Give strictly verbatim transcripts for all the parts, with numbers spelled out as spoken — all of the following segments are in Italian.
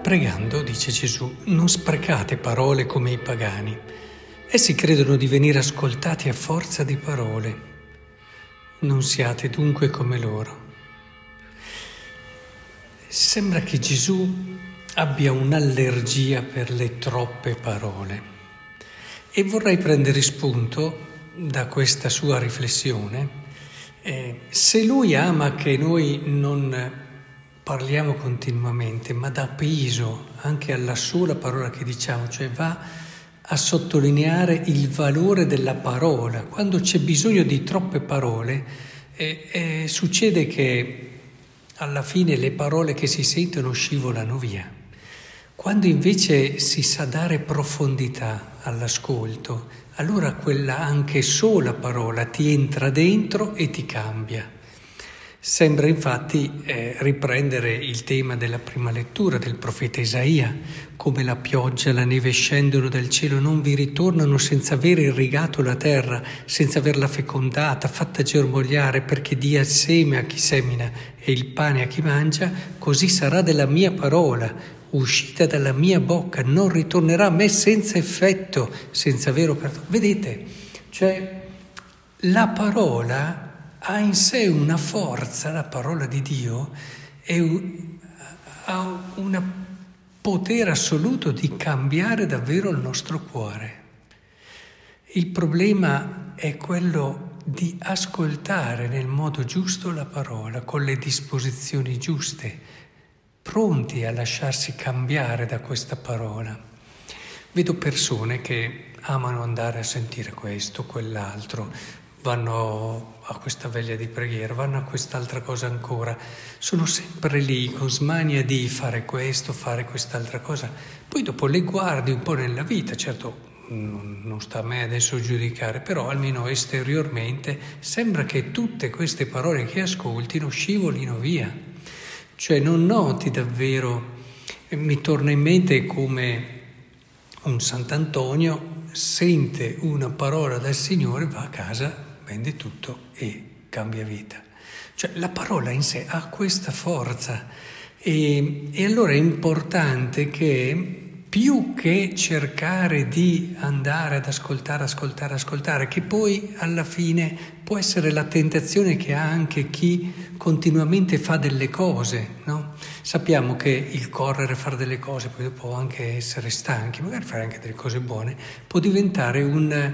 Pregando, dice Gesù, non sprecate parole come i pagani. Essi credono di venire ascoltati a forza di parole. Non siate dunque come loro. Sembra che Gesù abbia un'allergia per le troppe parole e vorrei prendere spunto da questa sua riflessione. Eh, se lui ama che noi non parliamo continuamente, ma dà peso anche alla sola parola che diciamo, cioè va a sottolineare il valore della parola. Quando c'è bisogno di troppe parole, eh, eh, succede che alla fine le parole che si sentono scivolano via. Quando invece si sa dare profondità all'ascolto, allora quella anche sola parola ti entra dentro e ti cambia. Sembra infatti eh, riprendere il tema della prima lettura del profeta Isaia, come la pioggia e la neve scendono dal cielo, non vi ritornano senza aver irrigato la terra, senza averla fecondata, fatta germogliare, perché dia il seme a chi semina e il pane a chi mangia, così sarà della mia parola, uscita dalla mia bocca, non ritornerà a me senza effetto, senza aver operato. Vedete, cioè la parola ha in sé una forza, la parola di Dio, è un, ha un potere assoluto di cambiare davvero il nostro cuore. Il problema è quello di ascoltare nel modo giusto la parola, con le disposizioni giuste, pronti a lasciarsi cambiare da questa parola. Vedo persone che amano andare a sentire questo, quell'altro, vanno a questa veglia di preghiera, vanno a quest'altra cosa ancora, sono sempre lì con smania di fare questo, fare quest'altra cosa. Poi dopo le guardi un po' nella vita, certo non sta a me adesso giudicare, però almeno esteriormente sembra che tutte queste parole che ascoltino scivolino via. Cioè non noti davvero, mi torna in mente come un Sant'Antonio sente una parola dal Signore, va a casa, vende tutto e cambia vita. Cioè la parola in sé ha questa forza e, e allora è importante che più che cercare di andare ad ascoltare, ascoltare, ascoltare, che poi alla fine può essere la tentazione che ha anche chi continuamente fa delle cose, no? Sappiamo che il correre, fare delle cose, poi dopo anche essere stanchi, magari fare anche delle cose buone, può diventare un,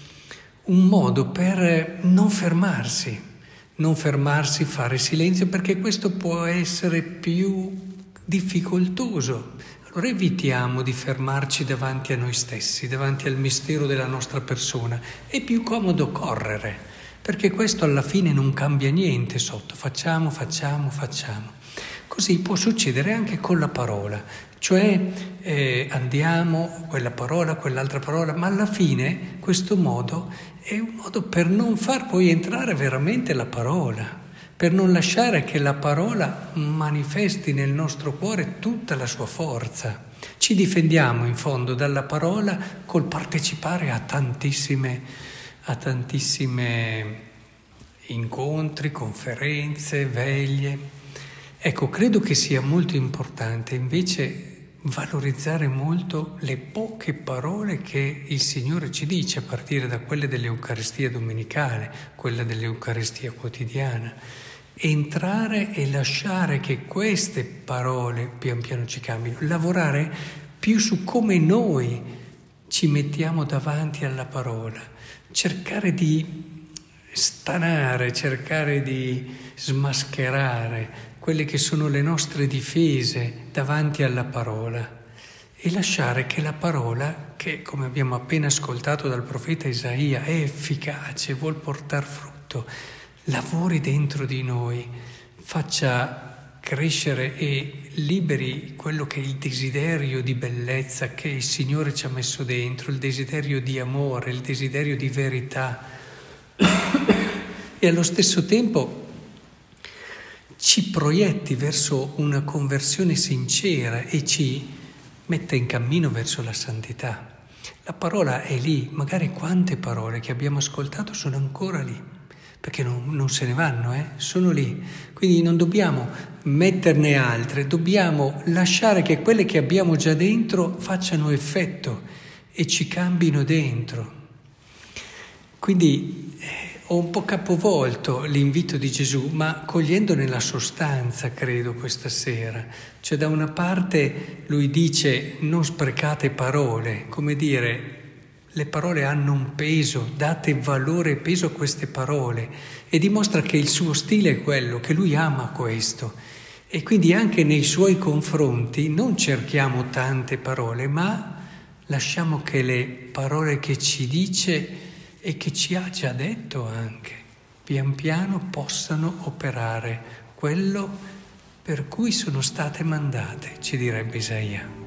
un modo per non fermarsi, non fermarsi, fare silenzio, perché questo può essere più difficoltoso. Allora evitiamo di fermarci davanti a noi stessi, davanti al mistero della nostra persona. È più comodo correre, perché questo alla fine non cambia niente sotto. Facciamo, facciamo, facciamo. Così può succedere anche con la parola, cioè eh, andiamo, quella parola, quell'altra parola, ma alla fine questo modo è un modo per non far poi entrare veramente la parola, per non lasciare che la parola manifesti nel nostro cuore tutta la sua forza. Ci difendiamo in fondo dalla parola col partecipare a tantissime, a tantissime incontri, conferenze, veglie. Ecco, credo che sia molto importante invece valorizzare molto le poche parole che il Signore ci dice, a partire da quelle dell'Eucaristia domenicale, quella dell'Eucaristia quotidiana. Entrare e lasciare che queste parole pian piano ci cambino, lavorare più su come noi ci mettiamo davanti alla parola, cercare di stanare, cercare di smascherare quelle che sono le nostre difese davanti alla parola e lasciare che la parola, che come abbiamo appena ascoltato dal profeta Isaia, è efficace, vuol portare frutto, lavori dentro di noi, faccia crescere e liberi quello che è il desiderio di bellezza che il Signore ci ha messo dentro, il desiderio di amore, il desiderio di verità e allo stesso tempo ci proietti verso una conversione sincera e ci metta in cammino verso la santità. La parola è lì, magari quante parole che abbiamo ascoltato sono ancora lì, perché non, non se ne vanno, eh? Sono lì. Quindi non dobbiamo metterne altre, dobbiamo lasciare che quelle che abbiamo già dentro facciano effetto e ci cambino dentro. Quindi eh, ho un po' capovolto l'invito di Gesù, ma cogliendone la sostanza, credo, questa sera. Cioè, da una parte lui dice non sprecate parole, come dire, le parole hanno un peso, date valore e peso a queste parole, e dimostra che il suo stile è quello, che lui ama questo. E quindi anche nei suoi confronti non cerchiamo tante parole, ma lasciamo che le parole che ci dice e che ci ha già detto anche, pian piano possano operare quello per cui sono state mandate, ci direbbe Isaia.